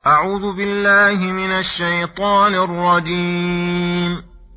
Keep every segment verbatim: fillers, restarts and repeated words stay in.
أعوذ بالله من الشيطان الرجيم.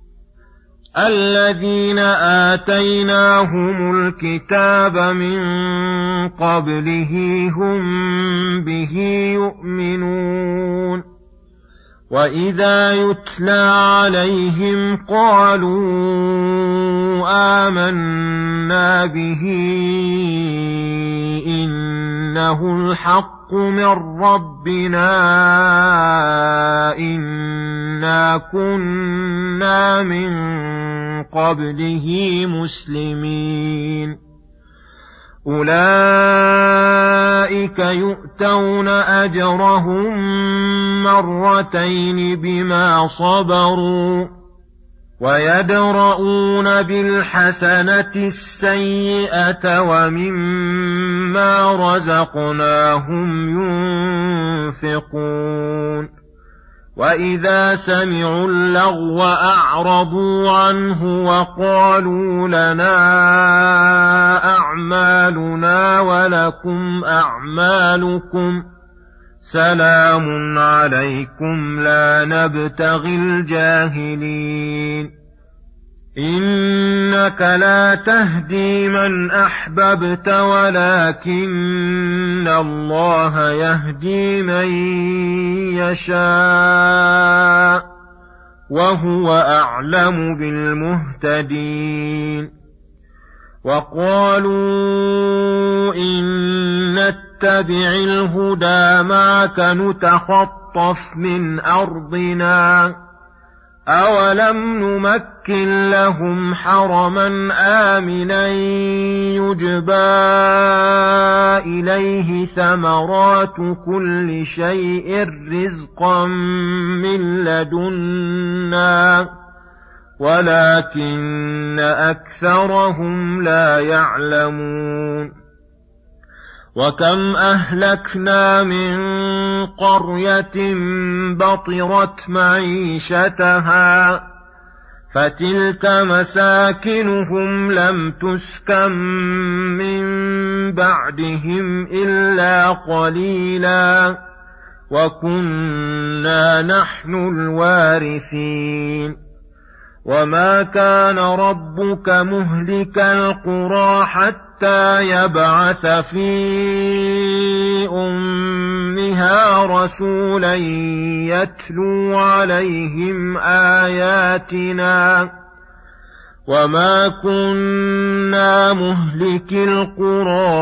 الذين آتيناهم الكتاب من قبله هم به يؤمنون وإذا يتلى عليهم قالوا آمنا به إنه الحق من ربنا إنا كنا من قبله مسلمين أولئك يؤتون أجرهم مرتين بما صبروا ويدرؤون بالحسنة السيئة ومما رزقناهم ينفقون وإذا سمعوا اللغو أعرضوا عنه وقالوا لنا أعمالنا ولكم أعمالكم سلام عليكم لا نبتغي الجاهلين إنك لا تهدي من أحببت ولكن الله يهدي من يشاء وهو أعلم بالمهتدين وقالوا إن نتبع الهدى معك نتخطف من أرضنا أولم نمكن لهم حرما آمنا يجبى إليه ثمرات كل شيء رزقا من لدنا ولكن أكثرهم لا يعلمون وكم أهلكنا من قرية بطرت معيشتها فتلك مساكنهم لم تسكن من بعدهم إلا قليلا وكنا نحن الوارثين وما كان ربك مهلك القرى حتى يبعث في أمها رسولا يتلو عليهم آياتنا وما كنا مهلك القرى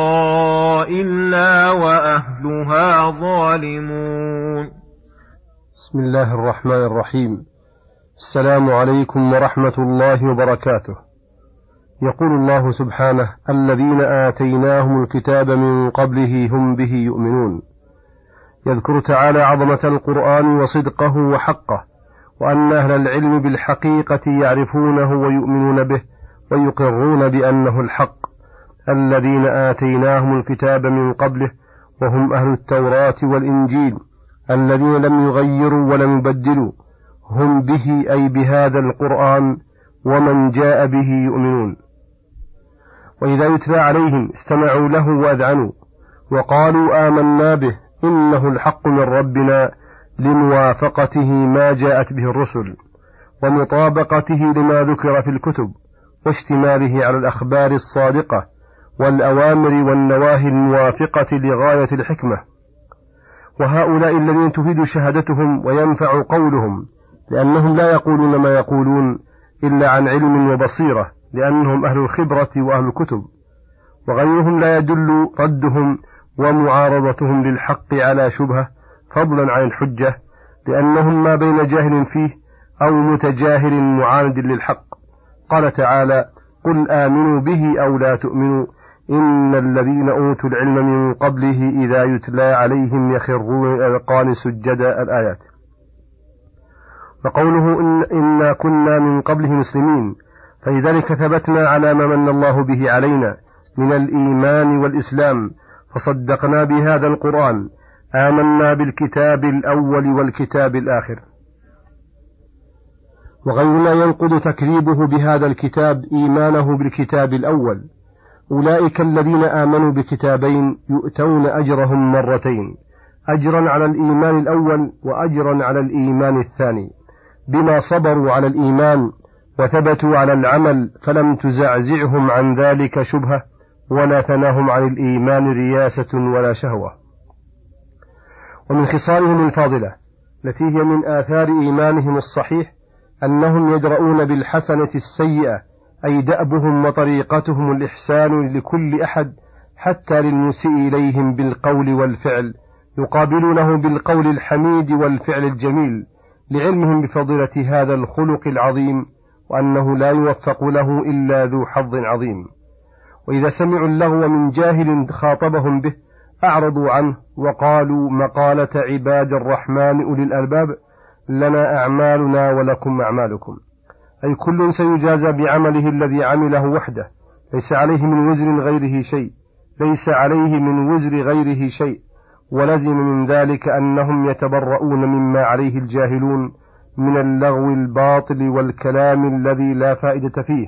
إلا وأهلها ظالمون. بسم الله الرحمن الرحيم. السلام عليكم ورحمة الله وبركاته. يقول الله سبحانه: الذين آتيناهم الكتاب من قبله هم به يؤمنون. يذكر تعالى عظمة القرآن وصدقه وحقه، وأن أهل العلم بالحقيقة يعرفونه ويؤمنون به ويقرون بأنه الحق. الذين آتيناهم الكتاب من قبله وهم أهل التوراة والإنجيل الذين لم يغيروا ولم يبدلوا، هم به أي بهذا القرآن ومن جاء به يؤمنون. وإذا يتلى عليهم استمعوا له وأذعنوا وقالوا آمنا به إنه الحق من ربنا لموافقته ما جاءت به الرسل ومطابقته لما ذكر في الكتب واشتماله على الأخبار الصادقة والأوامر والنواهي الموافقة لغاية الحكمة. وهؤلاء الذين تفيد شهادتهم وينفع قولهم، لأنهم لا يقولون ما يقولون إلا عن علم وبصيرة، لأنهم أهل الخبرة وأهل الكتب، وغيرهم لا يدل ردهم ومعارضتهم للحق على شبهة فضلا عن الحجة، لأنهم ما بين جاهل فيه أو متجاهل معاند للحق. قال تعالى: قل آمنوا به أو لا تؤمنوا إن الذين أوتوا العلم من قبله إذا يتلى عليهم يخرون إلى الأذقان سجدا. الآيات. وقوله إن إنا كنا من قبله مسلمين، فلذلك ثبتنا على ما من الله به علينا من الإيمان والإسلام، فصدقنا بهذا القرآن، آمنا بالكتاب الأول والكتاب الآخر. وغيرنا ينقض تكذيبه بهذا الكتاب إيمانه بالكتاب الأول. أولئك الذين آمنوا بكتابين يؤتون أجرهم مرتين، أجرا على الإيمان الأول وأجرا على الإيمان الثاني، بما صبروا على الإيمان وثبتوا على العمل، فلم تزعزعهم عن ذلك شبهة ولا ثناهم عن الإيمان رياسة ولا شهوة. ومن خصالهم الفاضلة التي هي من آثار إيمانهم الصحيح أنهم يدرؤون بالحسنة السيئة، أي دأبهم وطريقتهم الإحسان لكل أحد حتى للمسيء إليهم بالقول والفعل، يقابلونه بالقول الحميد والفعل الجميل، لعلمهم بفضيلة هذا الخلق العظيم وأنه لا يوفق له إلا ذو حظ عظيم. وإذا سمعوا اللغو من جاهل خاطبهم به أعرضوا عنه وقالوا مقالة عباد الرحمن أولي الألباب: لنا أعمالنا ولكم أعمالكم، أي كل سيجازى بعمله الذي عمله وحده، ليس عليه من وزر غيره شيء ليس عليه من وزر غيره شيء ولزم من ذلك أنهم يتبرؤون مما عليه الجاهلون من اللغو الباطل والكلام الذي لا فائدة فيه.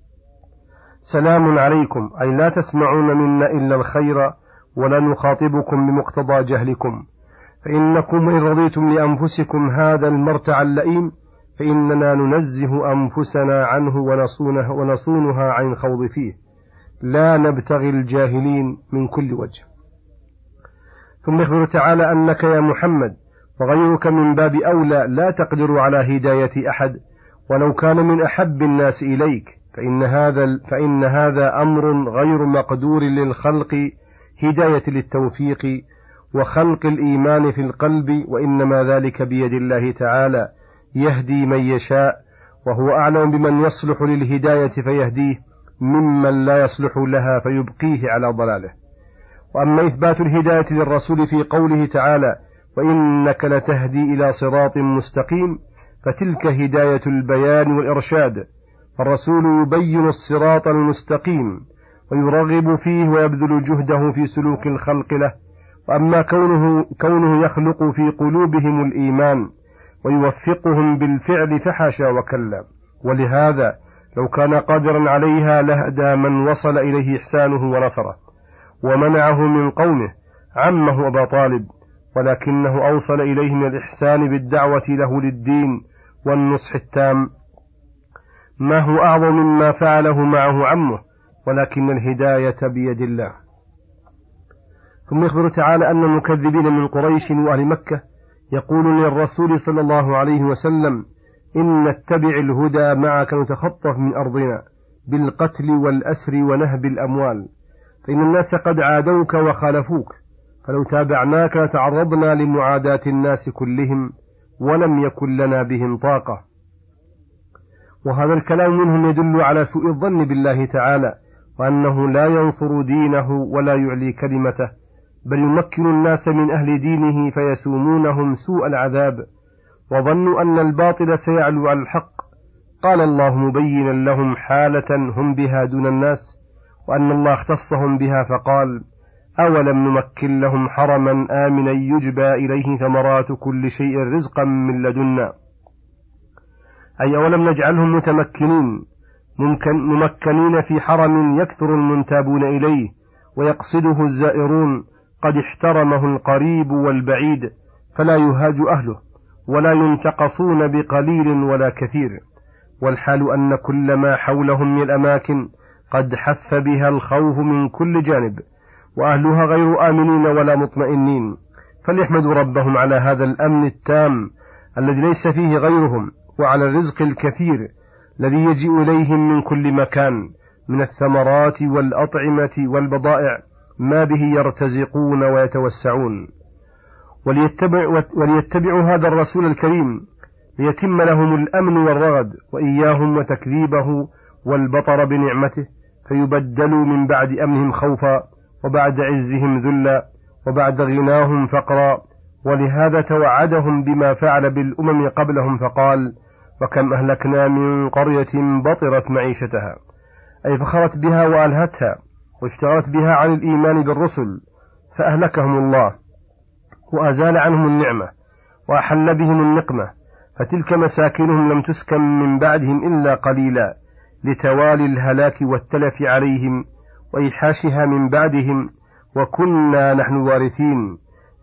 سلام عليكم، أي لا تسمعون منا إلا الخير ولا نخاطبكم بمقتضى جهلكم، فإنكم إن رضيتم لأنفسكم هذا المرتع اللئيم فإننا ننزه أنفسنا عنه ونصونه ونصونها عن خوض فيه، لا نبتغي الجاهلين من كل وجه. ثم يخبر تعالى أنك يا محمد وغيرك من باب أولى لا تقدر على هداية أحد ولو كان من أحب الناس إليك، فإن هذا, فإن هذا أمر غير مقدور للخلق هداية للتوفيق وخلق الإيمان في القلب، وإنما ذلك بيد الله تعالى يهدي من يشاء، وهو أعلم بمن يصلح للهداية فيهديه ممن لا يصلح لها فيبقيه على ضلاله. وأما إثبات الهداية للرسول في قوله تعالى: وإنك لتهدي إلى صراط مستقيم، فتلك هداية البيان والإرشاد، فالرسول يبين الصراط المستقيم ويرغب فيه ويبذل جهده في سلوك الخلق له. وأما كونه, كونه يخلق في قلوبهم الإيمان ويوفقهم بالفعل فحاشا وكلا، ولهذا لو كان قادرا عليها لهدى من وصل إليه إحسانه ونصره، ومنعه من قومه عمه أبا طالب، ولكنه أوصل إليه من الإحسان بالدعوة له للدين والنصح التام ما هو أعظم مما فعله معه عمه، ولكن الهداية بيد الله. ثم يخبر تعالى أن المكذبين من قريش وأهل مكة يقول للرسول صلى الله عليه وسلم: إن نتبع الهدى معك نتخطف من أرضنا بالقتل والأسر ونهب الأموال، فإن الناس قد عادوك وخالفوك، فلو تابعناك لتعرضنا لمعاداة الناس كلهم ولم يكن لنا بهم طاقة. وهذا الكلام منهم يدل على سوء الظن بالله تعالى، وأنه لا ينصر دينه ولا يعلي كلمته، بل يمكن الناس من أهل دينه فيسومونهم سوء العذاب، وظنوا أن الباطل سيعلو على الحق. قال الله مبينا لهم حالة هم بها دون الناس، وأن الله اختصهم بها فقال: أولم نمكن لهم حرما آمنا يجبى إليه ثمرات كل شيء رزقا من لدنا، أي أولم نجعلهم متمكنين ممكن ممكنين في حرم يكثر المنتابون إليه ويقصده الزائرون، قد احترمه القريب والبعيد، فلا يهاج أهله ولا ينتقصون بقليل ولا كثير، والحال أن كل ما حولهم من الأماكن قد حف بها الخوف من كل جانب، وأهلها غير آمنين ولا مطمئنين، فليحمدوا ربهم على هذا الأمن التام الذي ليس فيه غيرهم، وعلى الرزق الكثير الذي يجيء إليهم من كل مكان من الثمرات والأطعمة والبضائع ما به يرتزقون ويتوسعون. وليتبعوا, وليتبعوا هذا الرسول الكريم ليتم لهم الأمن والرغد، وإياهم وتكذيبه والبطر بنعمته، فيبدلوا من بعد أمنهم خوفا، وبعد عزهم ذلا، وبعد غناهم فقرا. ولهذا توعدهم بما فعل بالأمم قبلهم فقال: وكم أهلكنا من قرية بطرت معيشتها، أي فخرت بها وألهتها واشتغلت بها عن الإيمان بالرسل، فأهلكهم الله وأزال عنهم النعمة وأحل بهم النقمة، فتلك مساكنهم لم تسكن من بعدهم إلا قليلا، لتوالي الهلاك والتلف عليهم وإيحاشها من بعدهم، وكنا نحن وارثين،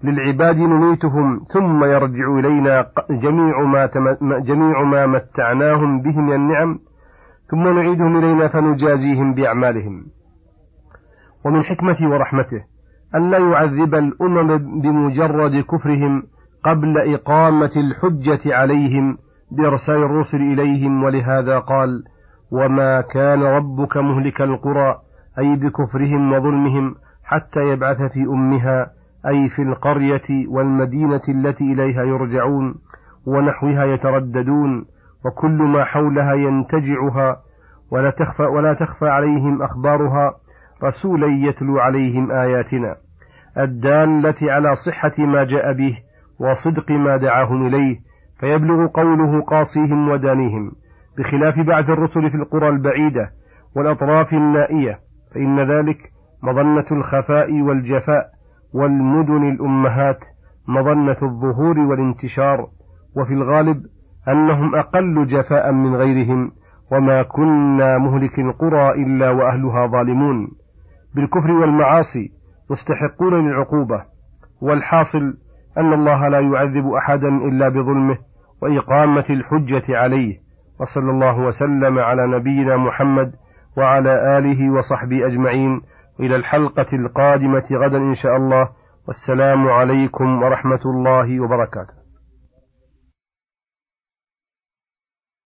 للعباد نميتهم ثم يرجع إلينا جميع ما, جميع ما متعناهم به من النعم ثم نعيدهم إلينا فنجازيهم بأعمالهم. ومن حكمته ورحمته أن لا يعذب الأمم بمجرد كفرهم قبل إقامة الحجة عليهم بإرسال الرسل إليهم، ولهذا قال: وما كان ربك مهلك القرى، أي بكفرهم وظلمهم، حتى يبعث في أمها، أي في القرية والمدينة التي إليها يرجعون ونحوها يترددون، وكل ما حولها ينتجعها، ولا تخفى, ولا تخفى عليهم أخبارها، رسولا يتلو عليهم آياتنا الدالة على صحة ما جاء به وصدق ما دعاهم إليه، فيبلغ قوله قاصيهم ودانيهم، بخلاف بعث الرسل في القرى البعيدة والأطراف النائية، فإن ذلك مظنة الخفاء والجفاء، والمدن الأمهات مظنة الظهور والانتشار، وفي الغالب أنهم أقل جفاء من غيرهم، وما كنا مهلك القرى إلا وأهلها ظالمون بالكفر والمعاصي مستحقون للعقوبة. والحاصل أن الله لا يعذب أحدا إلا بظلمه وإقامة الحجة عليه. وصلى الله وسلم على نبينا محمد وعلى آله وصحبه أجمعين، إلى الحلقة القادمة غدا إن شاء الله، والسلام عليكم ورحمة الله وبركاته.